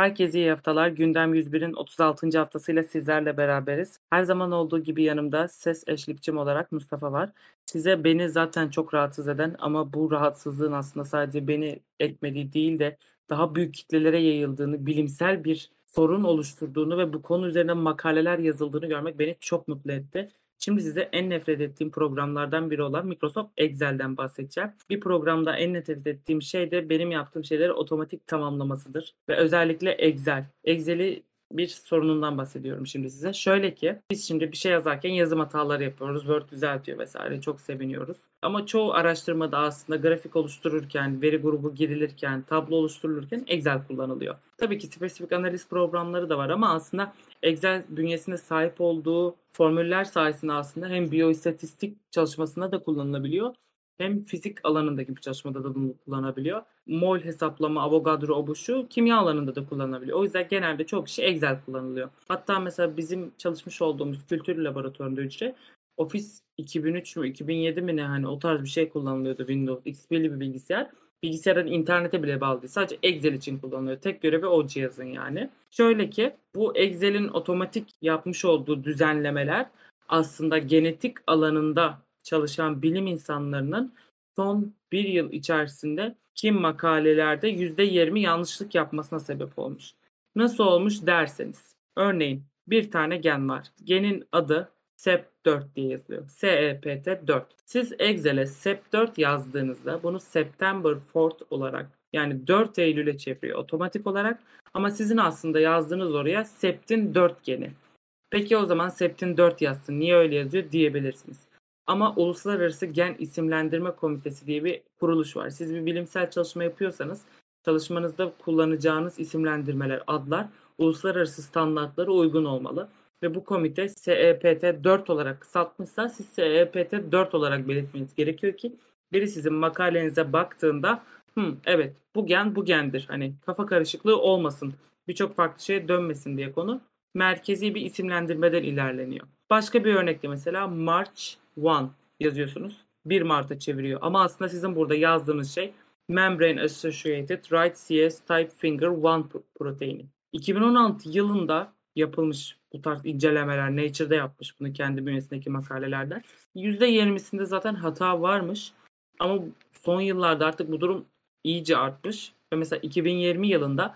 Herkese iyi haftalar. Gündem 101'in 36. haftasıyla sizlerle beraberiz. Her zaman olduğu gibi yanımda ses eşlikçim olarak Mustafa var. Size beni zaten çok rahatsız eden ama bu rahatsızlığın aslında sadece beni etmediği değil de daha büyük kitlelere yayıldığını, bilimsel bir sorun oluşturduğunu ve bu konu üzerine makaleler yazıldığını görmek beni çok mutlu etti. Şimdi size en nefret ettiğim programlardan biri olan Microsoft Excel'den bahsedeceğim. Bir programda en nefret ettiğim şey de benim yaptığım şeyleri otomatik tamamlamasıdır. Ve özellikle Excel. Excel'i bir sorunundan bahsediyorum şimdi size. Şöyle ki biz şimdi bir şey yazarken yazım hataları yapıyoruz. Word düzeltiyor vesaire. Çok seviniyoruz. Ama çoğu araştırmada aslında grafik oluştururken, veri grubu girilirken, tablo oluşturulurken Excel kullanılıyor. Tabii ki spesifik analiz programları da var ama aslında Excel bünyesinde sahip olduğu formüller sayesinde aslında hem biyoistatistik çalışmasında da kullanılabiliyor hem fizik alanındaki bir çalışmada da bunu kullanabiliyor. Mol hesaplama, Avogadro, o bu şu kimya alanında da kullanılabiliyor. O yüzden genelde çok kişi Excel kullanılıyor. Hatta mesela bizim çalışmış olduğumuz kültür laboratuvarında hücre Office 2003 mü 2007 mi ne hani o tarz bir şey kullanılıyordu Windows XP'li bir bilgisayar. Bilgisayarın internete bile bağlı değil. Sadece Excel için kullanılıyor. Tek görevi o cihazın yani. Şöyle ki bu Excel'in otomatik yapmış olduğu düzenlemeler aslında genetik alanında çalışan bilim insanlarının son bir yıl içerisinde kim makalelerde %20 yanlışlık yapmasına sebep olmuş. Nasıl olmuş derseniz. Örneğin bir tane gen var. Genin adı SEP4 diye yazılıyor. SEPT4. Siz Excel'e SEP4 yazdığınızda bunu September 4 olarak yani 4 Eylül'e çeviriyor otomatik olarak. Ama sizin aslında yazdığınız oraya Septin 4 geni. Peki o zaman Septin 4 yazsın. Niye öyle yazıyor diyebilirsiniz. Ama Uluslararası Gen İsimlendirme Komitesi diye bir kuruluş var. Siz bir bilimsel çalışma yapıyorsanız çalışmanızda kullanacağınız isimlendirmeler, adlar uluslararası standartlara uygun olmalı. Ve bu komite SEPT4 olarak kısaltmışsa siz SEPT4 olarak belirtmeniz gerekiyor ki biri sizin makalenize baktığında evet bu gen bu gendir. Hani kafa karışıklığı olmasın. Birçok farklı şeye dönmesin diye konu merkezi bir isimlendirmeden ilerleniyor. Başka bir örnekte mesela March 1 yazıyorsunuz. 1 Mart'a çeviriyor. Ama aslında sizin burada yazdığınız şey Membrane Associated Right CS Type Finger 1 proteini. 2016 yılında yapılmış bu tarz incelemeler Nature'da yapmış bunu kendi bünyesindeki makalelerden. %20'sinde zaten hata varmış. Ama son yıllarda artık bu durum iyice artmış. Ve mesela 2020 yılında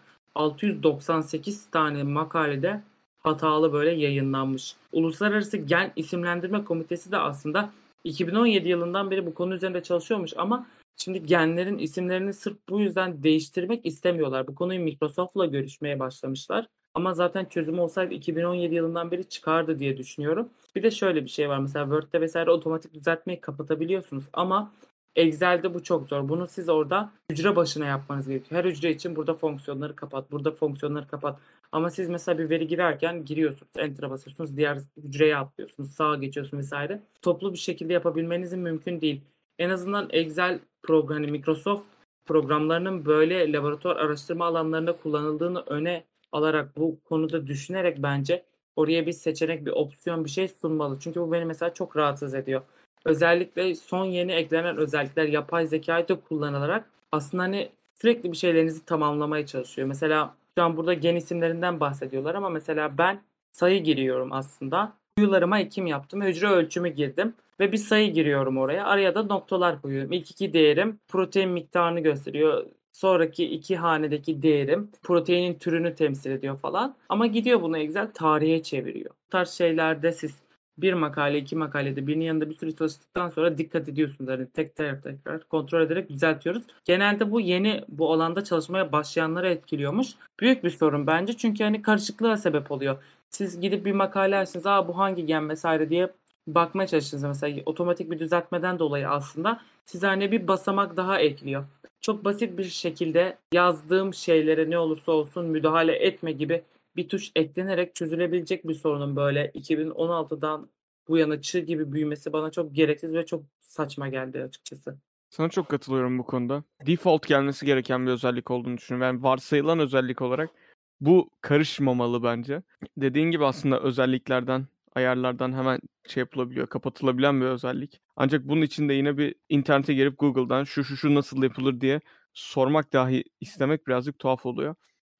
698 tane makalede hatalı böyle yayınlanmış. Uluslararası Gen İsimlendirme Komitesi de aslında 2017 yılından beri bu konu üzerinde çalışıyormuş ama şimdi genlerin isimlerini sırf bu yüzden değiştirmek istemiyorlar. Bu konuyu Microsoft'la görüşmeye başlamışlar. Ama zaten çözüm olsaydı 2017 yılından beri çıkardı diye düşünüyorum. Bir de şöyle bir şey var. Mesela Word'de vesaire otomatik düzeltmeyi kapatabiliyorsunuz ama Excel'de bu çok zor. Bunu siz orada hücre başına yapmanız gerekiyor. Her hücre için burada fonksiyonları kapat, burada fonksiyonları kapat. Ama siz mesela bir veri girerken giriyorsunuz, enter'a basıyorsunuz, diğer hücreye atlıyorsunuz, sağa geçiyorsunuz vesaire. Toplu bir şekilde yapabilmenizin mümkün değil. En azından Excel programı, Microsoft programlarının böyle laboratuvar araştırma alanlarında kullanıldığını öne alarak bu konuda düşünerek bence oraya bir seçenek, bir opsiyon, bir şey sunmalı. Çünkü bu beni mesela çok rahatsız ediyor. Özellikle son yeni eklenen özellikler yapay zekayı da kullanılarak aslında hani sürekli bir şeylerinizi tamamlamaya çalışıyor. Mesela şu an burada gen isimlerinden bahsediyorlar ama mesela ben sayı giriyorum aslında. Kuyularıma ekim yaptım. Hücre ölçümü girdim. Ve bir sayı giriyorum oraya. Araya da noktalar koyuyorum. İlk iki değerim protein miktarını gösteriyor. Sonraki iki hanedeki değerim proteinin türünü temsil ediyor falan. Ama gidiyor bunu Excel tarihe çeviriyor. Bu tarz şeylerde siz bir makale, iki makalede birinin yanında bir sürü çalıştıktan sonra dikkat ediyorsunuz. Yani tekrar kontrol ederek düzeltiyoruz. Genelde bu yeni bu alanda çalışmaya başlayanlara etkiliyormuş. Büyük bir sorun bence çünkü hani karışıklığa sebep oluyor. Siz gidip bir makale açtınız, bu hangi gen vesaire diye bakmaya çalıştınız mesela otomatik bir düzeltmeden dolayı aslında size hani bir basamak daha ekliyor. Çok basit bir şekilde yazdığım şeylere ne olursa olsun müdahale etme gibi bir tuş eklenerek çözülebilecek bir sorunun böyle 2016'dan bu yana çığ gibi büyümesi bana çok gereksiz ve çok saçma geldi açıkçası. Sana çok katılıyorum bu konuda. Default gelmesi gereken bir özellik olduğunu düşünüyorum. Yani varsayılan özellik olarak bu karışmamalı bence. Dediğin gibi aslında özelliklerden, ayarlardan hemen şey yapılabiliyor, kapatılabilen bir özellik. Ancak bunun için de yine bir internete girip Google'dan şu nasıl yapılır diye sormak dahi istemek birazcık tuhaf oluyor.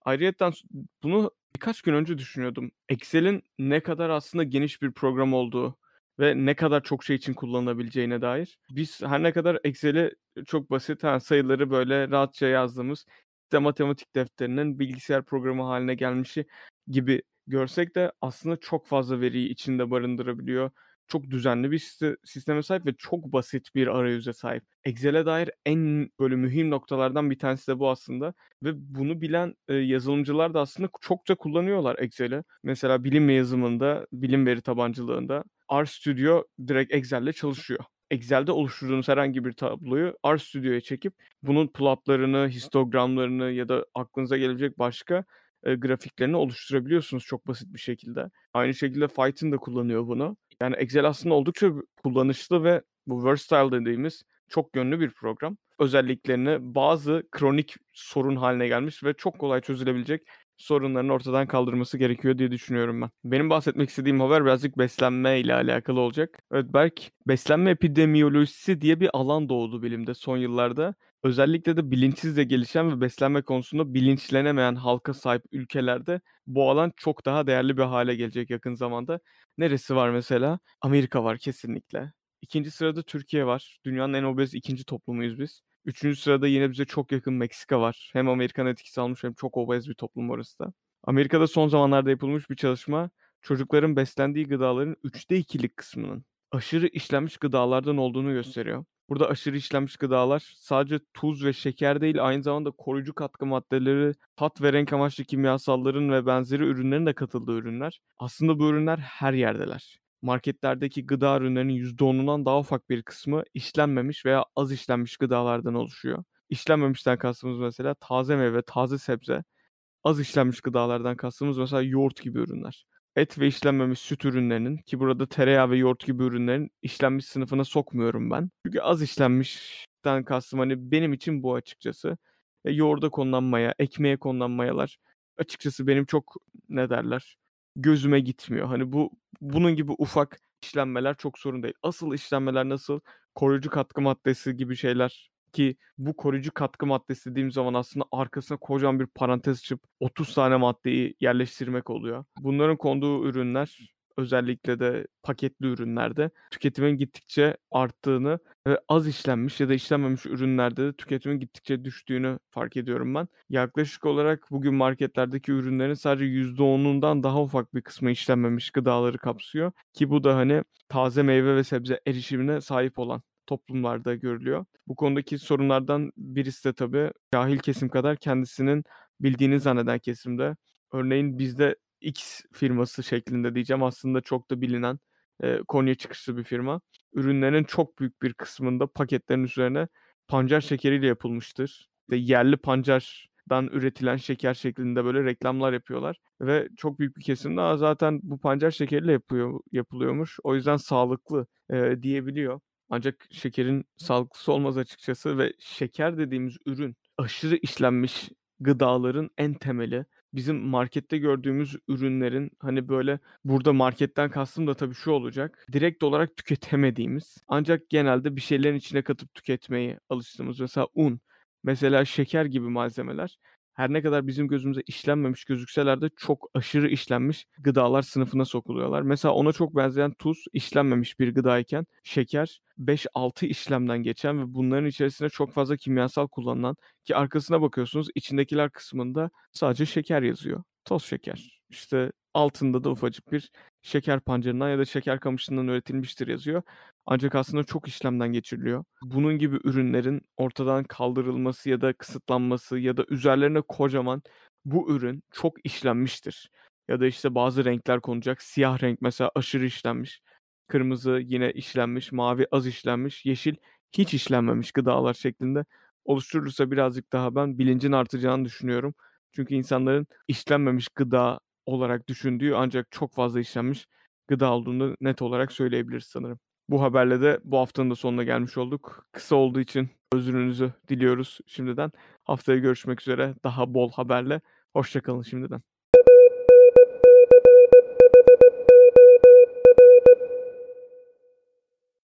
Ayrıyeten bunu birkaç gün önce düşünüyordum. Excel'in ne kadar aslında geniş bir program olduğu ve ne kadar çok şey için kullanılabileceğine dair. Biz her ne kadar Excel'i çok basit, sayıları böyle rahatça yazdığımız işte matematik defterinin bilgisayar programı haline gelmişi gibi görsek de aslında çok fazla veriyi içinde barındırabiliyor. Çok düzenli bir sisteme sahip ve çok basit bir arayüze sahip. Excel'e dair en böyle mühim noktalardan bir tanesi de bu aslında ve bunu bilen, yazılımcılar da aslında çokça kullanıyorlar Excel'i. Mesela bilim ve yazılımında, bilim veri tabancılığında RStudio direkt Excel'le çalışıyor. Excel'de oluşturduğunuz herhangi bir tabloyu RStudio'ya çekip bunun plotlarını, histogramlarını ya da aklınıza gelebilecek başka, grafiklerini oluşturabiliyorsunuz çok basit bir şekilde. Aynı şekilde Python da kullanıyor bunu. Yani Excel aslında oldukça kullanışlı ve bu versatile dediğimiz çok yönlü bir program. Özelliklerini bazı kronik sorun haline gelmiş ve çok kolay çözülebilecek sorunların ortadan kaldırması gerekiyor diye düşünüyorum ben. Benim bahsetmek istediğim haber birazcık beslenme ile alakalı olacak. Evet Berk, beslenme epidemiyolojisi diye bir alan doğdu bilimde son yıllarda. Özellikle de bilinçsizce gelişen ve beslenme konusunda bilinçlenemeyen halka sahip ülkelerde bu alan çok daha değerli bir hale gelecek yakın zamanda. Neresi var mesela? Amerika var kesinlikle. İkinci sırada Türkiye var. Dünyanın en obez ikinci toplumuyuz biz. Üçüncü sırada yine bize çok yakın Meksika var. Hem Amerikan etkisi almış hem çok obez bir toplum orası da. Amerika'da son zamanlarda yapılmış bir çalışma, çocukların beslendiği gıdaların 2/3'lik kısmının aşırı işlenmiş gıdalardan olduğunu gösteriyor. Burada aşırı işlenmiş gıdalar sadece tuz ve şeker değil, aynı zamanda koruyucu katkı maddeleri, tat ve renk amaçlı kimyasalların ve benzeri ürünlerin de katıldığı ürünler. Aslında bu ürünler her yerdeler. Marketlerdeki gıda ürünlerinin %10'undan daha ufak bir kısmı işlenmemiş veya az işlenmiş gıdalardan oluşuyor. İşlenmemişten kastımız mesela taze meyve, taze sebze, az işlenmiş gıdalardan kastımız mesela yoğurt gibi ürünler. Et ve işlenmemiş süt ürünlerinin ki burada tereyağı ve yoğurt gibi ürünlerin işlenmiş sınıfına sokmuyorum ben. Çünkü az işlenmişten kastım hani benim için bu açıkçası. Yoğurda konulan maya, ekmeğe konulan mayalar açıkçası benim çok ne derler gözüme gitmiyor. Hani bunun gibi ufak işlenmeler çok sorun değil. Asıl işlenmeler nasıl? Koruyucu katkı maddesi gibi şeyler ki bu koruyucu katkı maddesi dediğim zaman aslında arkasına kocaman bir parantez açıp 30 tane maddeyi yerleştirmek oluyor. Bunların konduğu ürünler özellikle de paketli ürünlerde tüketimin gittikçe arttığını ve az işlenmiş ya da işlenmemiş ürünlerde de tüketimin gittikçe düştüğünü fark ediyorum ben. Yaklaşık olarak bugün marketlerdeki ürünlerin sadece %10'undan daha ufak bir kısmı işlenmemiş gıdaları kapsıyor ki bu da hani taze meyve ve sebze erişimine sahip olan toplumlarda görülüyor. Bu konudaki sorunlardan birisi de tabii cahil kesim kadar kendisinin bildiğini zanneden kesimde. Örneğin bizde X firması şeklinde diyeceğim aslında çok da bilinen Konya çıkışlı bir firma. Ürünlerin çok büyük bir kısmında paketlerin üzerine pancar şekeriyle yapılmıştır. Ve yerli pancardan üretilen şeker şeklinde böyle reklamlar yapıyorlar. Ve çok büyük bir kesimde zaten bu pancar şekeriyle yapılıyormuş. O yüzden sağlıklı diyebiliyor. Ancak şekerin sağlıklısı olmaz açıkçası ve şeker dediğimiz ürün aşırı işlenmiş gıdaların en temeli. Bizim markette gördüğümüz ürünlerin hani böyle burada marketten kastım da tabii şu olacak. Direkt olarak tüketemediğimiz ancak genelde bir şeylerin içine katıp tüketmeye alıştığımız mesela un, mesela şeker gibi malzemeler her ne kadar bizim gözümüze işlenmemiş gözükseler de çok aşırı işlenmiş gıdalar sınıfına sokuluyorlar. Mesela ona çok benzeyen tuz işlenmemiş bir gıdayken şeker 5-6 işlemden geçen ve bunların içerisine çok fazla kimyasal kullanılan ki arkasına bakıyorsunuz içindekiler kısmında sadece şeker yazıyor. Toz şeker. İşte altında da ufacık bir şeker pancarından ya da şeker kamışından üretilmiştir yazıyor. Ancak aslında çok işlemden geçiriliyor. Bunun gibi ürünlerin ortadan kaldırılması ya da kısıtlanması ya da üzerlerine kocaman bu ürün çok işlenmiştir. Ya da işte bazı renkler konacak. Siyah renk mesela aşırı işlenmiş. Kırmızı yine işlenmiş, mavi az işlenmiş, yeşil hiç işlenmemiş gıdalar şeklinde oluşturulursa birazcık daha ben bilincin artacağını düşünüyorum. Çünkü insanların işlenmemiş gıda olarak düşündüğü ancak çok fazla işlenmiş gıda olduğunu net olarak söyleyebiliriz sanırım. Bu haberle de bu haftanın da sonuna gelmiş olduk. Kısa olduğu için özrünüzü diliyoruz şimdiden. Haftaya görüşmek üzere daha bol haberle. Hoşça kalın şimdiden.